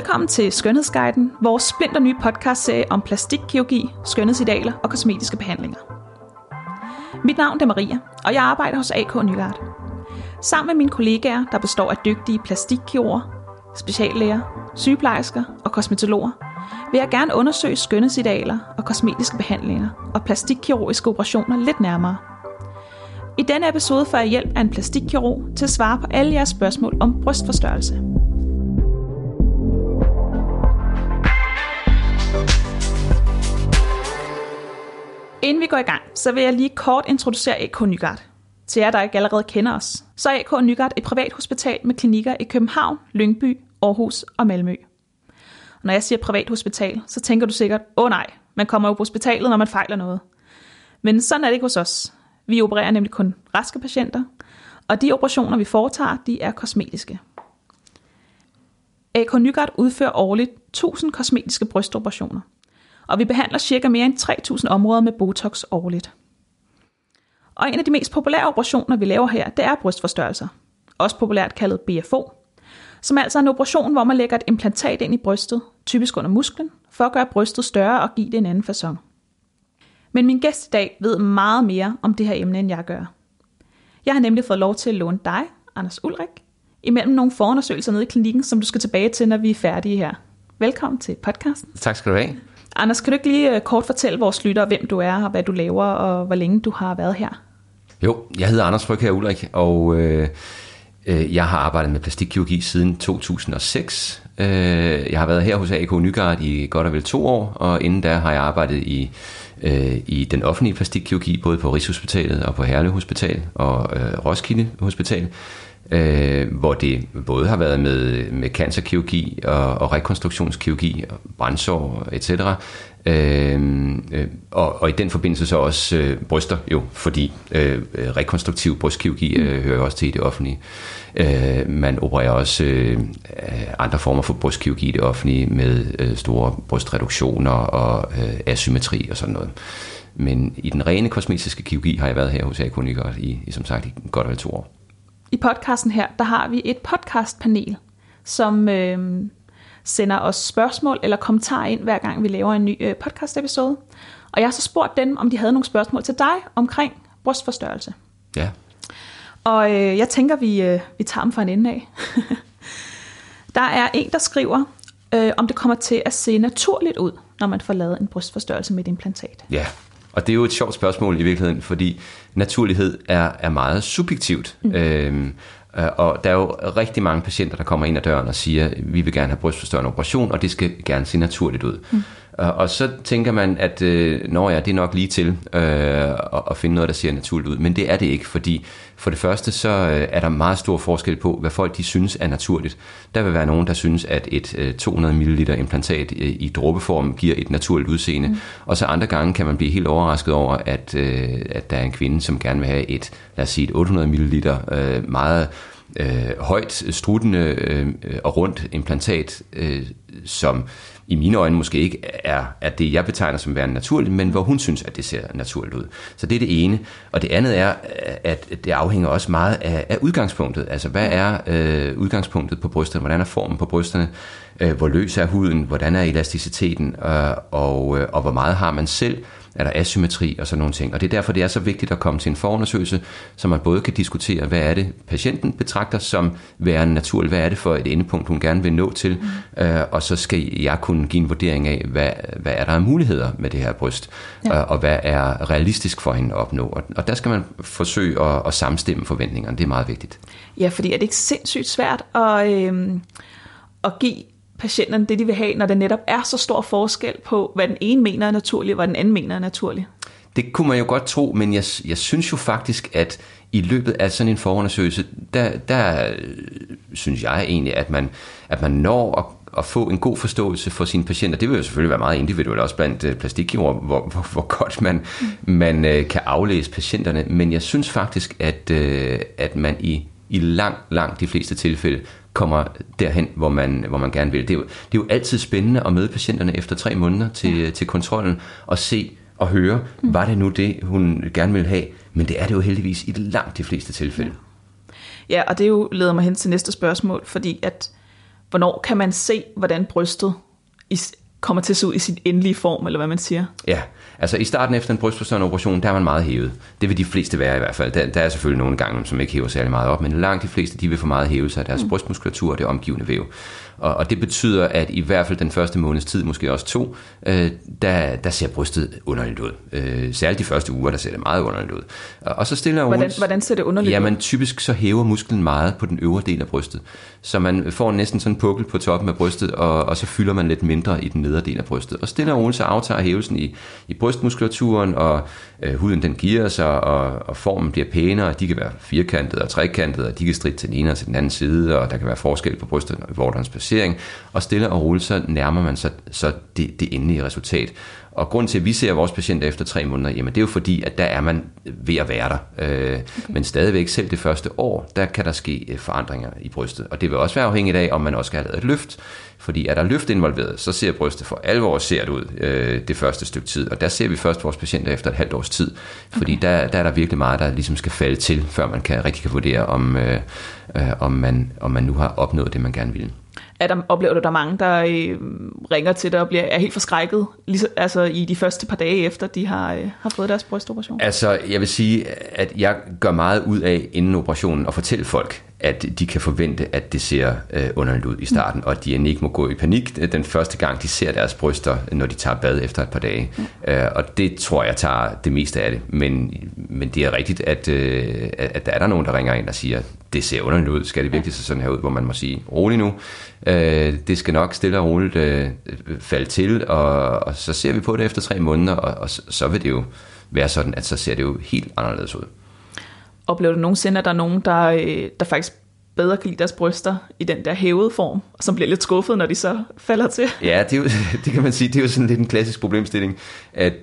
Velkommen til Skønhedsguiden, vores splinter nye podcastserie om plastikkirurgi, skønhedsidealer og kosmetiske behandlinger. Mit navn er Maria, og jeg arbejder hos AK Nygaard. Sammen med mine kollegaer, der består af dygtige plastikkirurger, speciallæger, sygeplejersker og kosmetologer, vil jeg gerne undersøge skønhedsidealer og kosmetiske behandlinger og plastikkirurgiske operationer lidt nærmere. I denne episode får jeg hjælp af en plastikkirurg til at svare på alle jeres spørgsmål om brystforstørrelse. Inden vi går i gang, så vil jeg lige kort introducere AK Nygaard. Til jer, der ikke allerede kender os, så er AK Nygaard et privat hospital med klinikker i København, Lyngby, Aarhus og Malmø. Og når jeg siger privat hospital, så tænker du sikkert, nej, man kommer jo på hospitalet, når man fejler noget. Men sådan er det ikke hos os. Vi opererer nemlig kun raske patienter, og de operationer, vi foretager, de er kosmetiske. AK Nygaard udfører årligt 1000 kosmetiske brystoperationer, og vi behandler cirka mere end 3000 områder med Botox årligt. Og en af de mest populære operationer, vi laver her, det er brystforstørrelser, også populært kaldet BFO, som altså er en operation, hvor man lægger et implantat ind i brystet, typisk under musklen, for at gøre brystet større og give det en anden facon. Men min gæst i dag ved meget mere om det her emne, end jeg gør. Jeg har nemlig fået lov til at låne dig, Anders Ulrik, imellem nogle forundersøgelser nede i klinikken, som du skal tilbage til, når vi er færdige her. Velkommen til podcasten. Tak skal du have. Anders, kan du ikke lige kort fortælle vores lyttere, hvem du er, og hvad du laver, og hvor længe du har været her? Jo, jeg hedder Anders Frøkjær Ulrik, og jeg har arbejdet med plastikkirurgi siden 2006. Jeg har været her hos AK Nygaard i godt og vel 2 år, og inden da har jeg arbejdet i den offentlige plastikkirurgi, både på Rigshospitalet og på Herlev Hospital og Roskilde Hospital, hvor det både har været med cancerkirurgi og rekonstruktionskirurgi, og brændsår, etc. Og i den forbindelse så også bryster, jo, fordi rekonstruktiv brystkirurgi hører også til i det offentlige. Man opererer også andre former for brystkirurgi i det offentlige med store brystreduktioner og asymmetri og sådan noget. Men i den rene kosmetiske kirurgi har jeg været her hos AK Nygaard i som sagt i godt og vel 2 år. I podcasten her, der har vi et podcastpanel, som sender os spørgsmål eller kommentarer ind, hver gang vi laver en ny podcast-episode. Og jeg har så spurgt dem, om de havde nogle spørgsmål til dig omkring brystforstørrelse. Ja. Og jeg tænker, vi tager dem fra en ende af. Der er en, der skriver, om det kommer til at se naturligt ud, når man får lavet en brystforstørrelse med et implantat. Ja. Og det er jo et sjovt spørgsmål i virkeligheden, fordi naturlighed er meget subjektivt. Og der er jo rigtig mange patienter, der kommer ind ad døren og siger, vi vil gerne have brystforstørrende operation, og det skal gerne se naturligt ud. Og så tænker man, at det er nok lige til at finde noget, der ser naturligt ud. Men det er det ikke, fordi for det første så er der meget stor forskel på, hvad folk de synes er naturligt. Der vil være nogen, der synes, at et 200 ml implantat i dråbeform giver et naturligt udseende. Og så andre gange kan man blive helt overrasket over, at der er en kvinde, som gerne vil have et 800 ml meget højt, struttende og rundt implantat, som i mine øjne måske ikke er det, jeg betegner som værende naturligt, men hvor hun synes, at det ser naturligt ud. Så det er det ene. Og det andet er, at det afhænger også meget af udgangspunktet. Altså, hvad er udgangspunktet på brysterne? Hvordan er formen på brysterne? Hvor løs er huden? Hvordan er elasticiteten? Og hvor meget har man selv? Er der asymmetri og sådan nogle ting. Og det er derfor, det er så vigtigt at komme til en forundersøgelse, så man både kan diskutere, hvad er det, patienten betragter som værende naturligt, hvad er det for et endepunkt, hun gerne vil nå til, og så skal jeg kunne give en vurdering af, hvad er der af muligheder med det her bryst, og hvad er realistisk for hende at opnå. Og der skal man forsøge at samstemme forventningerne, det er meget vigtigt. Ja, fordi er det ikke sindssygt svært at give patienterne det, de vil have, når der netop er så stor forskel på, hvad den ene mener er naturligt, og hvad den anden mener er naturligt? Det kunne man jo godt tro, men jeg synes jo faktisk, at i løbet af sådan en forundersøgelse, der synes jeg egentlig, at man når at få en god forståelse for sine patienter. Det vil jo selvfølgelig være meget individuelt, også blandt plastikkirurger, hvor godt man kan aflæse patienterne, men jeg synes faktisk, at man i langt de fleste tilfælde kommer derhen, hvor man gerne vil. Det er jo altid spændende at møde patienterne efter 3 måneder til kontrollen og se og høre, var det nu det, hun gerne vil have? Men det er det jo heldigvis i langt de fleste tilfælde. Ja, og det jo leder mig hen til næste spørgsmål, fordi at hvornår kan man se, hvordan brystet kommer til at se ud i sin endelige form, eller hvad man siger? Ja, altså i starten efter en brystforstørrende operation, der er man meget hævet. Det vil de fleste være i hvert fald. Der er selvfølgelig nogle gange, som ikke hæver særlig meget op, men langt de fleste, de vil få meget hævelse af deres brystmuskulatur og det omgivende væv. Og det betyder, at i hvert fald den første måneds tid, måske også 2, der ser brystet underligt ud. Særligt de første uger, der ser det meget underligt ud. Og så stille og roligt. Hvordan ser det underligt ud? Jamen typisk så hæver musklen meget på den øvre del af brystet. Så man får næsten sådan en pukkel på toppen af brystet, og så fylder man lidt mindre i den nedre del af brystet. Og stille og roligt så aftager hævelsen i brystmuskulaturen, og huden den giver sig, og formen bliver pænere. De kan være firkantede og trekantede, og de kan stritte til den ene og til den anden side, og der kan være forskel på brystet og vorternes placering. Og stille og roligt så nærmer man sig så det endelige resultat. Og grund til, at vi ser vores patienter efter 3 måneder, jamen det er jo fordi, at der er man ved at være der. Men stadigvæk selv det første år, der kan der ske forandringer i brystet. Og det vil også være afhængigt af, om man også skal have lavet et løft. Fordi er der løft involveret, så ser brystet for alvor ser det ud det første stykke tid. Og der ser vi først vores patienter efter et halvt års tid. Fordi der er der virkelig meget, der ligesom skal falde til, før man rigtig kan vurdere, om man nu har opnået det, man gerne vil. Oplever du, der er mange, der ringer til dig og er helt forskrækket altså i de første par dage efter, de har fået deres brystoperation? Altså, jeg vil sige, at jeg gør meget ud af inden operationen at fortælle folk, at de kan forvente, at det ser underligt ud i starten, og at de ikke må gå i panik den første gang, de ser deres bryster, når de tager bad efter et par dage. Og det tror jeg tager det meste af det. Men det er rigtigt, at der er nogen, der ringer ind og siger, det ser underligt ud, skal det virkelig se sådan her ud, hvor man må sige, rolig nu. Det skal nok stille og roligt falde til, og så ser vi på det efter 3 måneder, og så vil det jo være sådan, at så ser det jo helt anderledes ud. Oplever du nogensinde, at der er nogen, der faktisk bedre kan lide deres bryster i den der hævede form, som bliver lidt skuffet, når de så falder til? Ja, det kan man sige, det er jo sådan lidt en klassisk problemstilling, at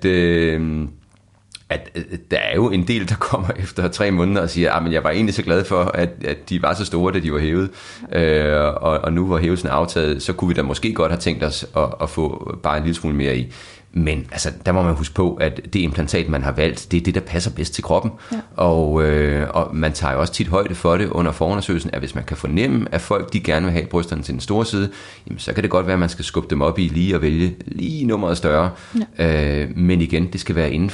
der er jo en del, der kommer efter 3 måneder og siger, at jeg var egentlig så glad for, at de var så store, da de var hævet, og nu hvor hævelsen er aftaget, så kunne vi da måske godt have tænkt os at få bare en lille smule mere i. Men altså, der må man huske på, at det implantat, man har valgt, det er det, der passer bedst til kroppen. Ja. Og man tager jo også tit højde for det under forundersøgelsen, at hvis man kan fornemme, at folk de gerne vil have brysterne til den store side, jamen, så kan det godt være, at man skal skubbe dem op i lige og vælge lige nummeret større. Ja. Men igen, det skal være inden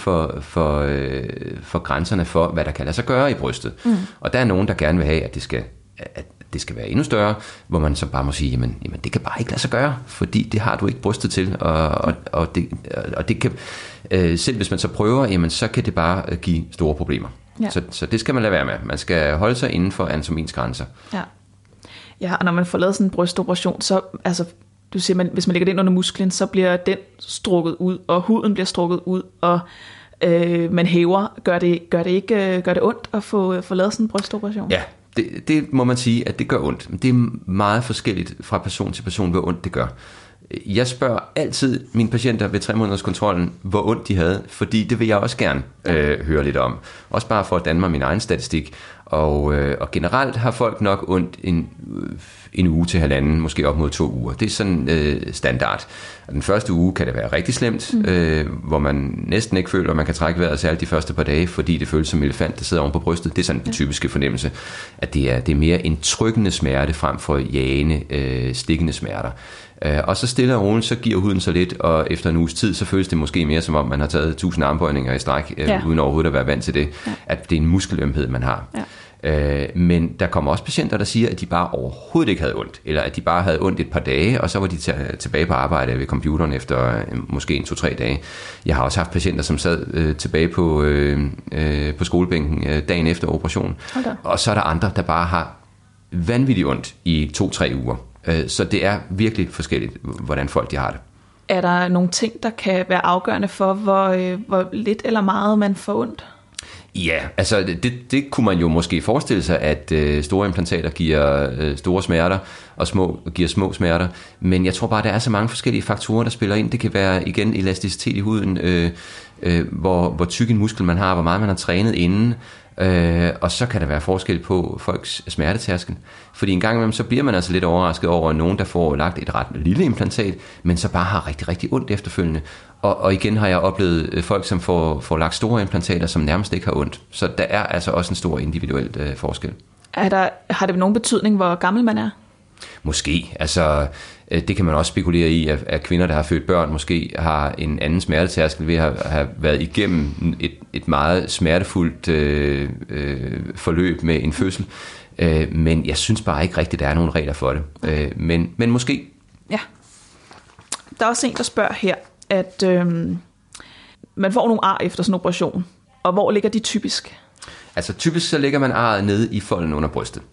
for grænserne for, hvad der kan lade sig gøre i brystet. Og der er nogen, der gerne vil have, at det skal være endnu større, hvor man så bare må sige, jamen det kan bare ikke lade sig gøre, fordi det har du ikke brystet til, og det kan, selv hvis man så prøver, jamen så kan det bare give store problemer. Ja. Så det skal man lade være med. Man skal holde sig inden for anatomiens grænser. Ja, og når man får lavet sådan en brystoperation, så altså, du siger, hvis man lægger det ind under musklen, så bliver den strukket ud, og huden bliver strukket ud, og man hæver. Gør det ondt at få lavet sådan en brystoperation? Ja. Det må man sige, at det gør ondt. Det er meget forskelligt fra person til person, hvor ondt det gør. Jeg spørger altid mine patienter ved 3 måneders kontrollen, hvor ondt de havde, fordi det vil jeg også gerne høre lidt om. Også bare for at danne mig min egen statistik. Og generelt har folk nok ondt en uge til 1,5, måske op mod 2 uger. Det er sådan standard. Og den første uge kan det være rigtig slemt, hvor man næsten ikke føler, at man kan trække vejret, særligt de første par dage, fordi det føles som en elefant, der sidder oven på brystet. Det er sådan den typiske fornemmelse, at det er mere en trykkende smerte frem for jagende, stikkende smerter. Og så stille og roligt, så giver huden sig lidt, og efter en uges tid, så føles det måske mere som om, man har taget 1000 armbøjninger i stræk, uden overhovedet at være vant til det, at det er en muskelømhed, man har. Men der kommer også patienter, der siger, at de bare overhovedet ikke havde ondt, eller at de bare havde ondt et par dage, og så var de tilbage på arbejde ved computeren efter måske 2-3 dage. Jeg har også haft patienter, som sad tilbage på skolebænken dagen efter operationen, og så er der andre, der bare har vanvittigt ondt i 2-3 uger. Så det er virkelig forskelligt, hvordan folk de har det. Er der nogle ting, der kan være afgørende for, hvor lidt eller meget man får ondt? Ja, altså det kunne man jo måske forestille sig, at store implantater giver store smerter, og små giver små smerter. Men jeg tror bare, der er så mange forskellige faktorer, der spiller ind. Det kan være igen elasticitet i huden, hvor tyk en muskel man har, hvor meget man har trænet inden. Og så kan der være forskel på folks smertetærskel. Fordi en gang imellem, så bliver man altså lidt overrasket over nogen, der får lagt et ret lille implantat, men så bare har rigtig, rigtig ondt efterfølgende. Og igen har jeg oplevet folk, som får lagt store implantater, som nærmest ikke har ondt. Så der er altså også en stor individuel forskel. Har det nogen betydning, hvor gammel man er? Måske. Altså, det kan man også spekulere i, at kvinder, der har født børn, måske har en anden smertetærskel ved at have været igennem et meget smertefuldt forløb med en fødsel. Men jeg synes bare ikke rigtigt, der er nogen regler for det. Men måske. Ja. Der er også en, der spørger her, at man får nogle ar efter sådan en operation, og hvor ligger de typisk? Altså typisk så lægger man arret nede i folden under brystet.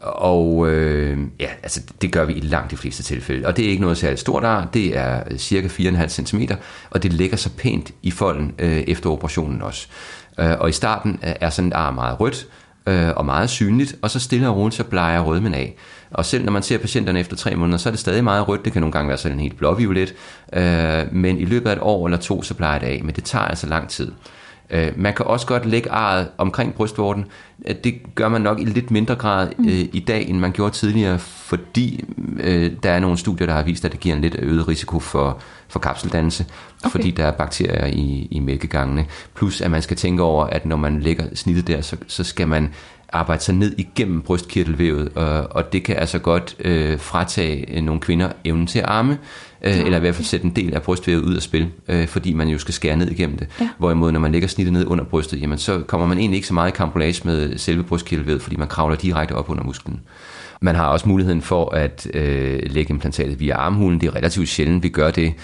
Og altså det gør vi i langt de fleste tilfælde. Og det er ikke noget særligt stort ar, det er cirka 4,5 cm, og det ligger så pænt i folden efter operationen også. Og i starten er sådan et ar meget rødt og meget synligt, og så stille og roligt så bleger rødmen af. Og selv når man ser patienterne efter 3 måneder, så er det stadig meget rødt. Det kan nogle gange være sådan helt blåviolet, men i løbet af et år eller 2, så bleger det af. Men det tager altså lang tid. Man kan også godt lægge arret omkring brystvorten. Det gør man nok i lidt mindre grad i dag, end man gjorde tidligere, fordi der er nogle studier, der har vist, at det giver en lidt øget risiko for kapseldannelse, fordi der er bakterier i mælkegangene. Plus at man skal tænke over, at når man lægger snittet der, så skal man arbejde sig ned igennem brystkirtelvævet, og det kan altså godt fratage nogle kvinder evnen til at amme, eller i hvert fald sætte en del af brystvævet ud af spil, fordi man jo skal skære ned igennem det. Ja. Hvorimod når man lægger snittet ned under brystet, jamen så kommer man egentlig ikke så meget i karambolage med selve brystkirtelvævet, fordi man kravler direkte op under musklen. Man har også muligheden for at lægge implantatet via armhulen. Det er relativt sjældent, vi gør det,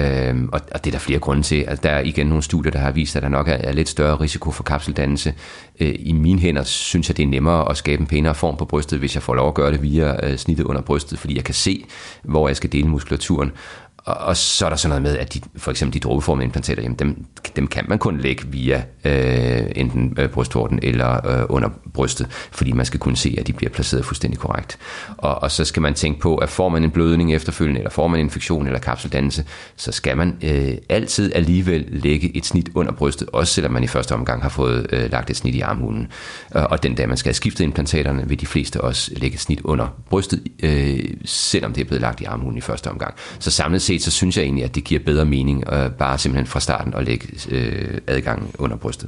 og det er der flere grunde til. Altså, der er igen nogle studier, der har vist, at der nok er lidt større risiko for kapseldannelse. I mine hænder synes jeg, det er nemmere at skabe en pænere form på brystet, hvis jeg får lov at gøre det via snittet under brystet, fordi jeg kan se, hvor jeg skal dele muskulaturen. Og så er der sådan noget med, at for eksempel de dråbeformede implantater, jamen dem kan man kun lægge via enten brystvorten eller under brystet, fordi man skal kunne se, at de bliver placeret fuldstændig korrekt. Og så skal man tænke på, at får man en blødning efterfølgende, eller får man en infektion eller kapseldannelse, så skal man altid alligevel lægge et snit under brystet, også selvom man i første omgang har fået lagt et snit i armhulen. Og den dag man skal have skiftet implantaterne, vil de fleste også lægge et snit under brystet, selvom det er blevet lagt i armhulen i første omgang. Så samlet set, så synes jeg egentlig, at det giver bedre mening bare simpelthen fra starten at lægge adgangen under brystet.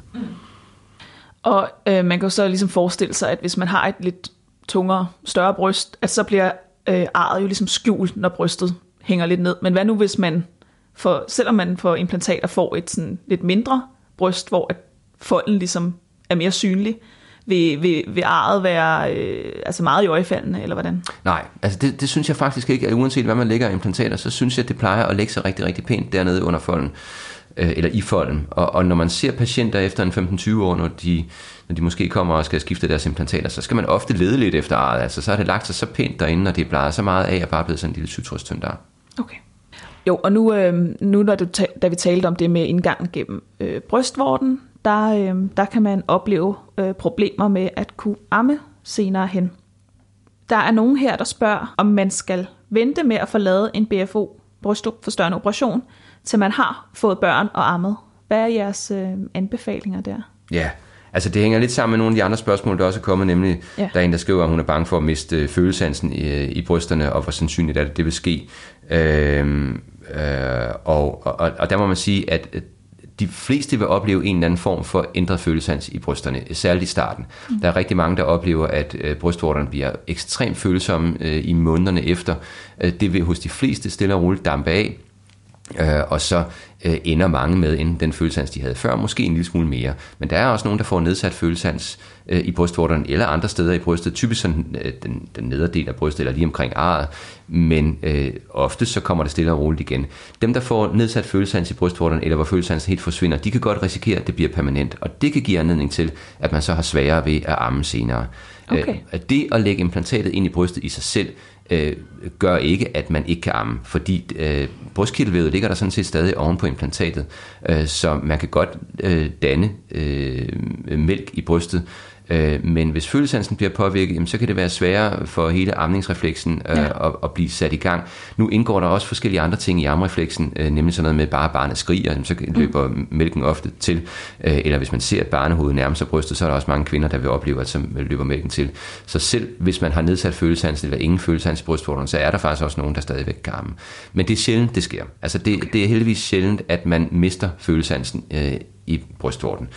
Og man kan jo så ligesom forestille sig, at hvis man har et lidt tungere, større bryst, at så bliver arret jo ligesom skjult, når brystet hænger lidt ned. Men hvad nu, hvis man, selvom man får implantater, får et sådan lidt mindre bryst, hvor at folden ligesom er mere synlig, vil arret være altså meget iøjefaldende, eller hvordan? Nej, altså det synes jeg faktisk ikke, at uanset hvad man lægger implantater, så synes jeg, at det plejer at lægge sig rigtig, rigtig pænt dernede under folden, eller i folden. Og når man ser patienter efter en 15-20 år, når de måske kommer og skal skifte deres implantater, så skal man ofte lede lidt efter arret. Altså så har det lagt sig så pænt derinde, og det er blevet så meget af, at bare blevet sådan en lille sytrøstyndt ar. Okay. Jo, og nu da vi talte om det med indgangen gennem brystvorten, der kan man opleve problemer med at kunne amme senere hen. Der er nogen her, der spørger, om man skal vente med at få lavet en BFO, brystforstørrende operation, til man har fået børn og ammet. Hvad er jeres anbefalinger der? Ja, altså det hænger lidt sammen med nogle af de andre spørgsmål, der også er kommet, nemlig der er en, der skriver, at hun er bange for at miste følesansen i brysterne, og hvor sandsynligt er det vil ske. Og der må man sige, at de fleste vil opleve en eller anden form for ændret følesans i brysterne, særligt i starten. Der er rigtig mange, der oplever, at brystvorterne bliver ekstremt følsomme i månederne efter. Det vil hos de fleste stille og roligt dampe af, og så ender mange med inden den følesans, de havde før, måske en lille smule mere. Men der er også nogen, der får nedsat følesans i brystvorterne eller andre steder i brystet, typisk sådan den nedre del af brystet eller lige omkring arret, men ofte så kommer det stille og roligt igen. Dem, der får nedsat følesans i brystvorterne, eller hvor følesansen helt forsvinder, de kan godt risikere, at det bliver permanent, og det kan give anledning til, at man så har sværere ved at amme senere. Okay. Det at lægge implantatet ind i brystet i sig selv, gør ikke, at man ikke kan amme, fordi brystkirtelvævet ligger der sådan set stadig oven på implantatet, så man kan godt danne mælk i brystet, men hvis følesansen bliver påvirket, så kan det være sværere for hele amningsrefleksen at blive sat i gang. Nu indgår der også forskellige andre ting i amrefleksen, nemlig sådan noget med bare barnet skriger, så løber mælken ofte til, eller hvis man ser et barnehoved nærme sig brystet, så er der også mange kvinder, der vil opleve, at så løber mælken til. Så selv hvis man har nedsat følesansen eller ingen følesans i brystvorterne, så er der faktisk også nogen, der stadigvæk kan amme. Men det er sjældent, det sker. Altså det er heldigvis sjældent, at man mister følesansen i brystvorten.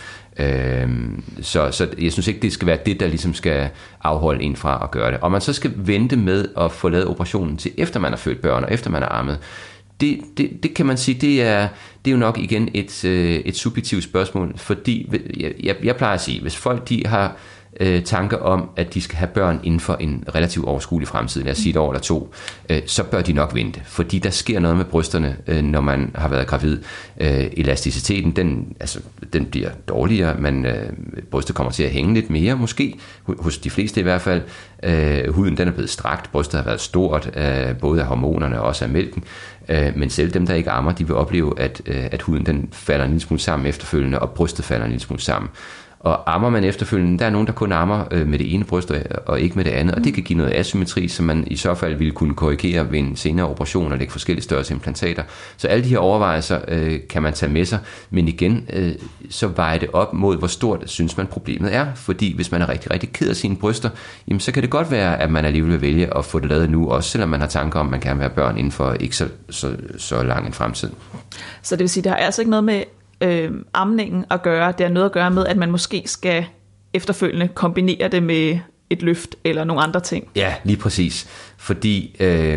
Så jeg synes ikke, det skal være det, der ligesom skal afholde en fra at gøre det. Og man så skal vente med at få lavet operationen til efter man har født børn, og efter man er ammet. Det kan man sige, det er jo nok igen et subjektivt spørgsmål, fordi jeg plejer at sige, hvis folk de har tanker om, at de skal have børn inden for en relativt overskuelig fremtid, lad os sige et år eller 2, så bør de nok vente, fordi der sker noget med brysterne, når man har været gravid. Elasticiteten, den bliver dårligere, men brystet kommer til at hænge lidt mere, måske, hos de fleste i hvert fald. Huden den er blevet strakt, brystet har været stort, både af hormonerne og også af mælken, men selv dem, der ikke ammer, de vil opleve, at huden den falder en lille smule sammen efterfølgende, og brystet falder en lille smule sammen. Og ammer man efterfølgende, der er nogen, der kun ammer med det ene bryst og ikke med det andet, og det kan give noget asymmetri, som man i så fald ville kunne korrigere ved en senere operation og lægge forskellige størrelse implantater. Så alle de her overvejelser kan man tage med sig, men igen, så vejer det op mod, hvor stort synes man problemet er, fordi hvis man er rigtig, rigtig ked af sine bryster, jamen så kan det godt være, at man alligevel vil vælge at få det lavet nu, også selvom man har tanker om, at man gerne vil have børn inden for ikke så lang en fremtid. Så det vil sige, det har altså ikke noget med amningen at gøre, det har noget at gøre med, at man måske skal efterfølgende kombinere det med et løft eller nogle andre ting. Ja, lige præcis. Fordi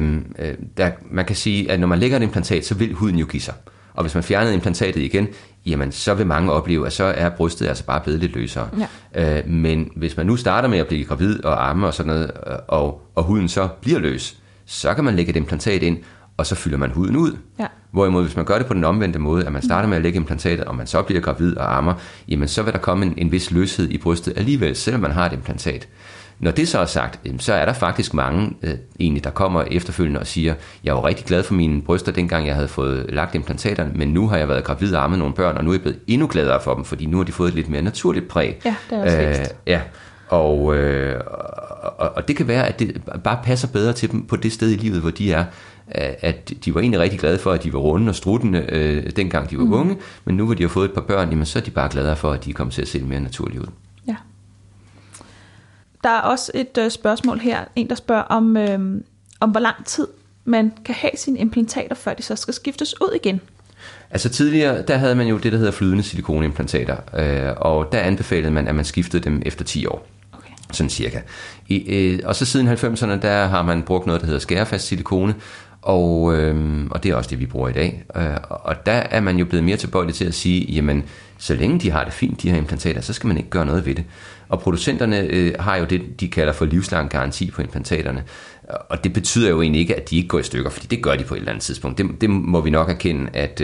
man kan sige, at når man lægger et implantat, så vil huden jo give sig. Og hvis man fjerner implantatet igen, jamen så vil mange opleve, at så er brystet altså bare blevet lidt løsere. Ja. Men hvis man nu starter med at blive gravid og amme og sådan noget, og huden så bliver løs, så kan man lægge et implantat ind, og så fylder man huden ud. Ja. Hvorimod, hvis man gør det på den omvendte måde, at man starter med at lægge implantatet, og man så bliver gravid og ammer, jamen så vil der komme en vis løshed i brystet alligevel, selvom man har et implantat. Når det så er sagt, så er der faktisk mange egentlig, der kommer efterfølgende og siger, jeg var rigtig glad for mine bryster, dengang jeg havde fået lagt implantaterne, men nu har jeg været gravid og ammet nogle børn, og nu er jeg blevet endnu gladere for dem, fordi nu har de fået et lidt mere naturligt præg. Ja, det er også ja. Og det kan være, at det bare passer bedre til dem på det sted i livet, hvor de er, at de var egentlig rigtig glade for, at de var runde og struttende, dengang de var unge, men nu hvor de har fået et par børn, jamen, så er de bare glade for, at de er kommet til at se mere naturligt ud. Ja. Der er også et spørgsmål her, en der spørger om hvor lang tid man kan have sine implantater, før de så skal skiftes ud igen. Altså tidligere, der havde man jo det, der hedder flydende silikonimplantater, og der anbefalede man, at man skiftede dem efter 10 år. Okay. Sådan cirka. Og så siden 90'erne, der har man brugt noget, der hedder skærefast silikone, og det er også det, vi bruger i dag. Og der er man jo blevet mere tilbøjelig til at sige, jamen, så længe de har det fint, de her implantater, så skal man ikke gøre noget ved det. Og producenterne har jo det, de kalder for livslang garanti på implantaterne. Og det betyder jo egentlig ikke, at de ikke går i stykker, fordi det gør de på et eller andet tidspunkt. Det må vi nok erkende, at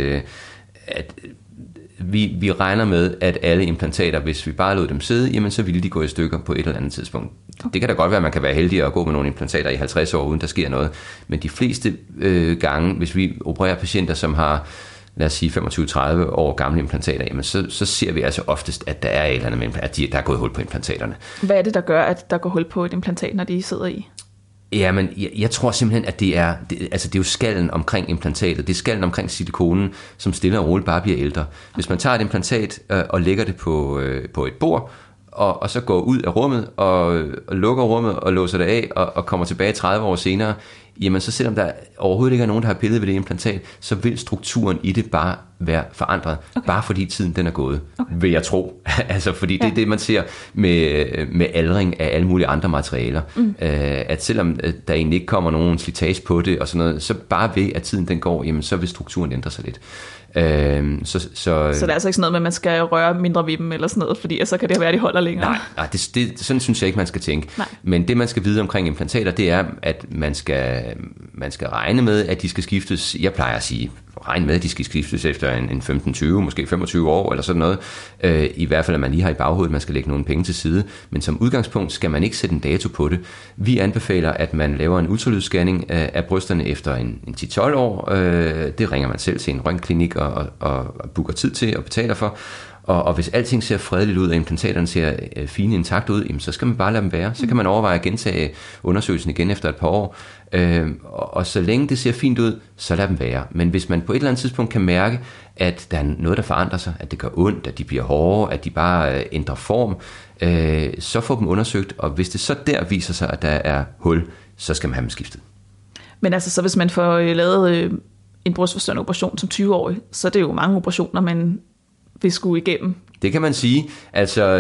vi regner med, at alle implantater, hvis vi bare lod dem sidde, jamen så ville de gå i stykker på et eller andet tidspunkt. Okay. Det kan da godt være, at man kan være heldig at gå med nogle implantater i 50 år, uden der sker noget. Men de fleste gange, hvis vi opererer patienter, som har, lad os sige, 25-30 år gamle implantater, jamen så ser vi altså oftest, at der er et eller andet med, at der er gået hul på implantaterne. Hvad er det, der gør, at der går hul på et implantat, når de sidder i? Jamen, jeg tror simpelthen, at det er jo skallen omkring implantatet. Det er skallen omkring silikonen, som stille og roligt bare bliver ældre. Hvis man tager et implantat og lægger det på et bord, og så går ud af rummet og lukker rummet og låser det af og kommer tilbage 30 år senere, jamen så selvom der overhovedet ikke er nogen, der har pillet ved det implantat, så vil strukturen i det bare være forandret, bare fordi tiden den er gået, vil jeg tro. Altså fordi det er det, man ser med aldring af alle mulige andre materialer. At selvom der egentlig ikke kommer nogen slitage på det og sådan noget, så bare ved at tiden den går, jamen så vil strukturen ændre sig lidt. Så det er altså ikke sådan noget med, at man skal røre mindre ved dem eller sådan noget, fordi så kan det være, at de holder længere. Nej, sådan synes jeg ikke, man skal tænke. Nej. Men det, man skal vide omkring implantater, det er, at man skal regne med, at de skal skiftes. Jeg plejer at sige, regne med, at de skal skiftes efter en 15-20, måske 25 år eller sådan noget. I hvert fald, at man lige har i baghovedet, man skal lægge nogle penge til side. Men som udgangspunkt skal man ikke sætte en dato på det. Vi anbefaler, at man laver en ultralydsscanning af brysterne efter en 10-12 år. Det ringer man selv til en røntgenklinik og booker tid til og betaler for. Og hvis alting ser fredeligt ud, og implantaterne ser fine intakt ud, jamen, så skal man bare lade dem være. Så kan man overveje at gentage undersøgelsen igen efter et par år. Og så længe det ser fint ud, så lad dem være. Men hvis man på et eller andet tidspunkt kan mærke, at der er noget, der forandrer sig, at det gør ondt, at de bliver hårde, at de bare ændrer form, så få dem undersøgt. Og hvis det så der viser sig, at der er hul, så skal man have dem skiftet. Men altså, så hvis man får lavet en brystforstørrende operation som 20-årig, så er det jo mange operationer, man vil skulle igennem. Det kan man sige. Altså,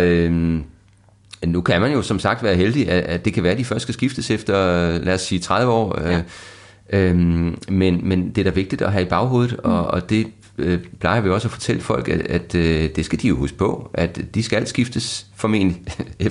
nu kan man jo som sagt være heldig, at det kan være, at de først skal skiftes efter, lad os sige, 30 år. Ja. Men det er da vigtigt at have i baghovedet, og det plejer vi også at fortælle folk, at det skal de jo huske på, at de skal skiftes formentlig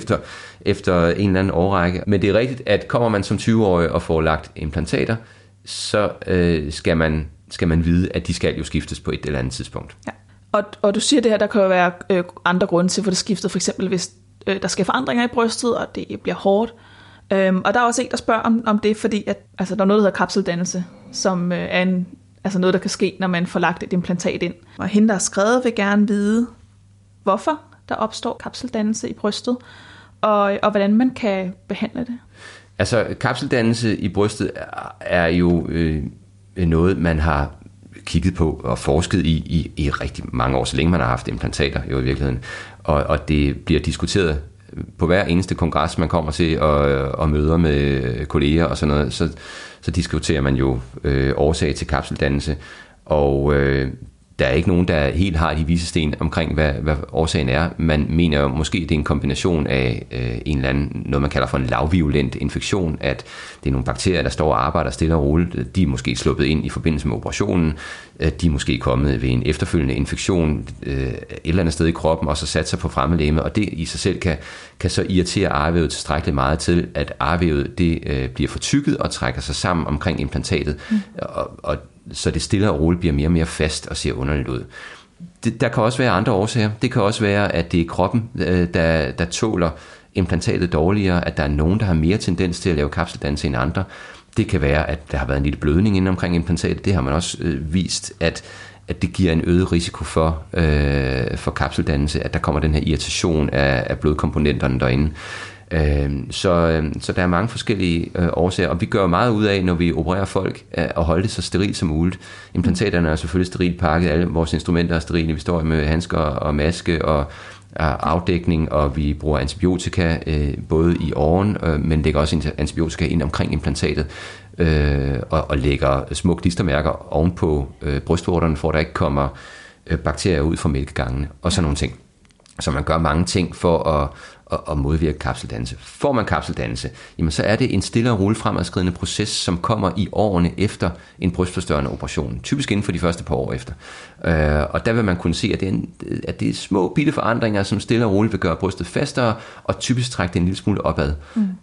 efter en eller anden årrække. Men det er rigtigt, at kommer man som 20-årig og får lagt implantater, så skal man vide, at de skal jo skiftes på et eller andet tidspunkt. Ja. Og du siger det her, der kan jo være andre grunde til, for det skiftet, for eksempel hvis der sker forandringer i brystet, og det bliver hårdt. Og der er også en, der spørger om det, fordi at, altså, der er noget, der hedder kapseldannelse, som er noget, der kan ske, når man får lagt et implantat ind. Og hende, der har skrevet, vil gerne vide, hvorfor der opstår kapseldannelse i brystet, og hvordan man kan behandle det. Altså, kapseldannelse i brystet er jo noget, man har kigget på og forsket i rigtig mange år, så længe man har haft implantater jo i virkeligheden. Og det bliver diskuteret på hver eneste kongres, man kommer til og møder med kolleger og sådan noget, så diskuterer man jo årsag til kapseldannelse. Og der er ikke nogen, der helt har de vise sten omkring, hvad årsagen er. Man mener måske, det er en kombination af en eller anden, noget man kalder for en lavvirulent infektion, at det er nogle bakterier, der står og arbejder stille og roligt. De er måske sluppet ind i forbindelse med operationen. De er måske kommet ved en efterfølgende infektion et eller andet sted i kroppen, og så sat sig på fremmedlegeme, og det i sig selv kan så irritere arvævet tilstrækkeligt meget til, at arvævet det bliver fortykket og trækker sig sammen omkring implantatet, og så det stille og roligt bliver mere og mere fast og ser underligt ud. Der kan også være andre årsager. Det kan også være, at det er kroppen, der tåler implantatet dårligere, at der er nogen, der har mere tendens til at lave kapseldannelse end andre. Det kan være, at der har været en lille blødning inde omkring implantatet. Det har man også vist, at det giver en øget risiko for kapseldannelse, at der kommer den her irritation af blodkomponenterne derinde. Så der er mange forskellige årsager, og vi gør meget ud af, når vi opererer folk, at holde det så sterilt som muligt. Implantaterne er selvfølgelig sterilt pakket, alle vores instrumenter er sterile, vi står med handsker og maske og afdækning, og vi bruger antibiotika både i åren, men lægger også antibiotika ind omkring implantatet, og lægger små klistermærker ovenpå brystvorterne, for at der ikke kommer bakterier ud fra mælkegangene, og sådan nogle ting. Så man gør mange ting for at modvirke kapseldannelse. Får man kapseldannelse, jamen så er det en stille og roligt fremadskridende proces, som kommer i årene efter en brystforstørrende operation. Typisk inden for de første par år efter. Og der vil man kunne se, at det er små bitte forandringer, som stille og roligt vil gøre brystet fastere, og typisk trække det en lille smule opad.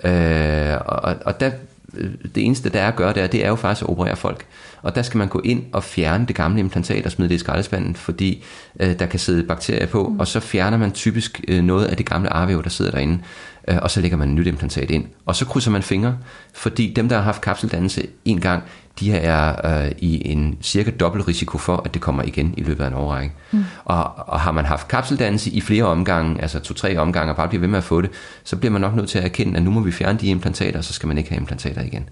Og der, det eneste, der er at gøre det er jo faktisk at operere folk. Og der skal man gå ind og fjerne det gamle implantat og smide det i skraldespanden, fordi der kan sidde bakterier på, og så fjerner man typisk noget af det gamle arvæv, der sidder derinde, og så lægger man et nyt implantat ind. Og så krydser man fingre, fordi dem, der har haft kapseldannelse en gang, de er i en cirka dobbelt risiko for, at det kommer igen i løbet af en årrække. Og har man haft kapseldannelse i flere omgange, altså 2-3 omgange, og bare bliver ved med at få det, så bliver man nok nødt til at erkende, at nu må vi fjerne de implantater, og så skal man ikke have implantater igen.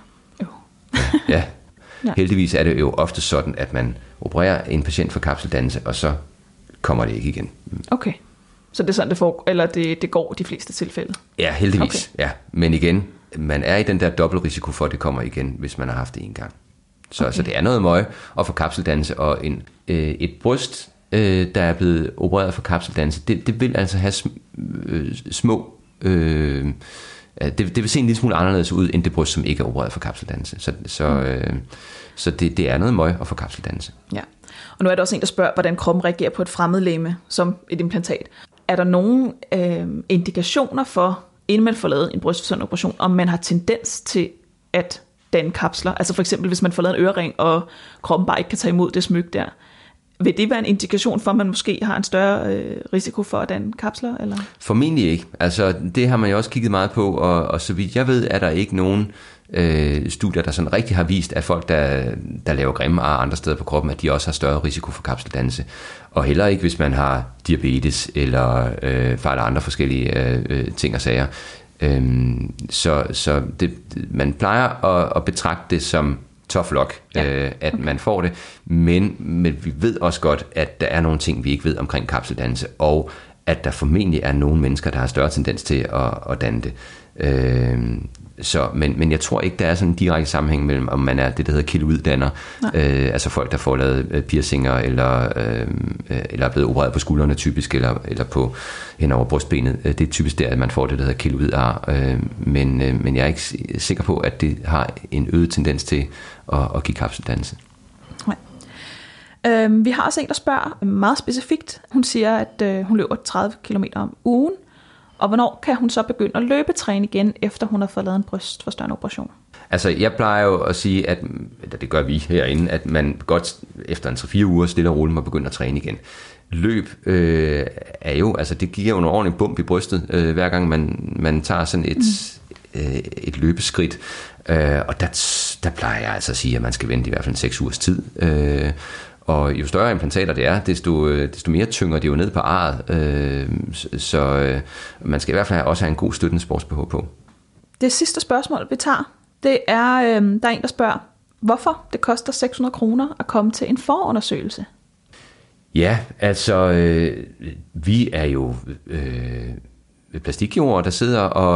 Ja. Heldigvis er det jo ofte sådan, at man opererer en patient for kapseldannelse, og så kommer det ikke igen. Okay, så det er sådan, det går i de fleste tilfælde? Ja, heldigvis. Okay. Ja. Men igen, man er i den der dobbelt risiko for, at det kommer igen, hvis man har haft det en gang. Så det er noget møg at få kapseldannelse, og et bryst, der er blevet opereret for kapseldannelse, det vil altså have små... Det vil se en lille smule anderledes ud, end det bryst, som ikke er opereret for kapseldannelse. Så det er noget møg at få kapseldannelse. Ja, og nu er der også en, der spørger, hvordan kroppen reagerer på et fremmedlegeme som et implantat. Er der nogle indikationer for, inden man får lavet en brystforstørrende operation, om man har tendens til at danne kapsler? Altså for eksempel, hvis man får lavet en ørering, og kroppen bare ikke kan tage imod det smyk der. Vil det være en indikation for, at man måske har en større risiko for at danne kapsler? Eller? Formentlig ikke. Altså, det har man jo også kigget meget på, og så vidt jeg ved, er der ikke nogen studier, der sådan rigtig har vist, at folk, der laver grimme ar andre steder på kroppen, at de også har større risiko for kapseldannelse. Og heller ikke, hvis man har diabetes eller fejler andre forskellige ting og sager. Så man plejer at betragte det som tough luck, at man får det, men vi ved også godt, at der er nogle ting, vi ikke ved omkring kapseldannelse, og at der formentlig er nogle mennesker, der har større tendens til at danne det. Men jeg tror ikke, der er sådan en direkte sammenhæng mellem, om man er det, der hedder keloiddanner, altså folk, der får lavet piercinger, eller er blevet opereret på skuldrene typisk, eller på hen over brystbenet. Det er typisk der, at man får det, der hedder keloidar. Men jeg er ikke sikker på, at det har en øget tendens til at give kapseldannelse. Vi har også en, der spørger meget specifikt. Hun siger, at hun løber 30 km om ugen. Og hvornår kan hun så begynde at løbetræne igen, efter hun har fået lavet en brystforstørrende operation? Altså, jeg plejer jo at sige, at det gør vi herinde, at man godt efter en 3-4 uger stille og roligt må begynde at træne igen. Løb er jo, altså det giver jo en ordentlig bump i brystet, hver gang man tager sådan et løbeskridt. Og der plejer jeg altså at sige, at man skal vente i hvert fald 6 ugers tid. Og jo større implantater det er, desto mere tynger det jo ned på arret. Så man skal i hvert fald også have en god støttende sports-BH på. Det sidste spørgsmål, vi tager, det er, der er en, der spørger, hvorfor det koster 600 kroner at komme til en forundersøgelse? Ja, altså, vi er jo plastikkirurger, der sidder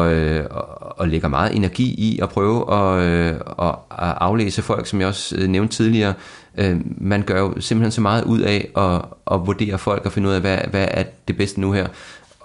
og lægger meget energi i at prøve at aflæse folk, som jeg også nævnte tidligere. Man gør jo simpelthen så meget ud af at vurdere folk og finde ud af, hvad er det bedste nu her.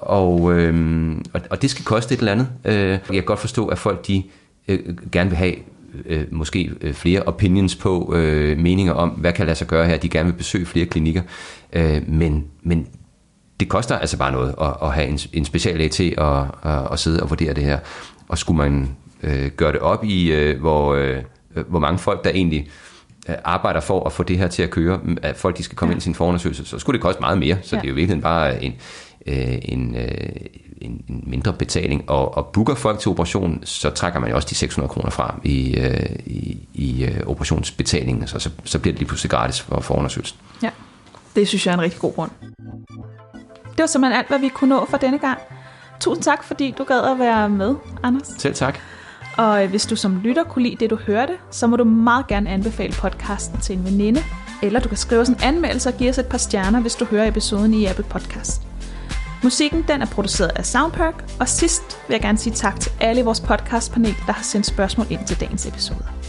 Og det skal koste et eller andet. Jeg kan godt forstå, at folk de gerne vil have måske flere opinions på, meninger om, hvad kan lade sig gøre her. De gerne vil besøge flere klinikker. Men det koster altså bare noget at have en speciallæge til at sidde og vurdere det her. Og skulle man gøre det op i, hvor mange folk, der egentlig arbejder for at få det her til at køre, at folk de skal komme ind i sin forundersøgelse, så skulle det koste meget mere. Så det er jo virkelig bare en mindre betaling. Og booker folk til operation, så trækker man jo også de 600 kroner fra i operationsbetalingen, så bliver det lige pludselig gratis for forundersøgelsen. Ja, det synes jeg er en rigtig god grund. Det var simpelthen alt, hvad vi kunne nå for denne gang. Tusind tak, fordi du gad at være med, Anders. Selv tak. Og hvis du som lytter kunne lide det, du hørte, så må du meget gerne anbefale podcasten til en veninde, eller du kan skrive os en anmeldelse og give os et par stjerner, hvis du hører episoden i Apple Podcast. Musikken den er produceret af Soundperk, og sidst vil jeg gerne sige tak til alle i vores podcastpanel, der har sendt spørgsmål ind til dagens episode.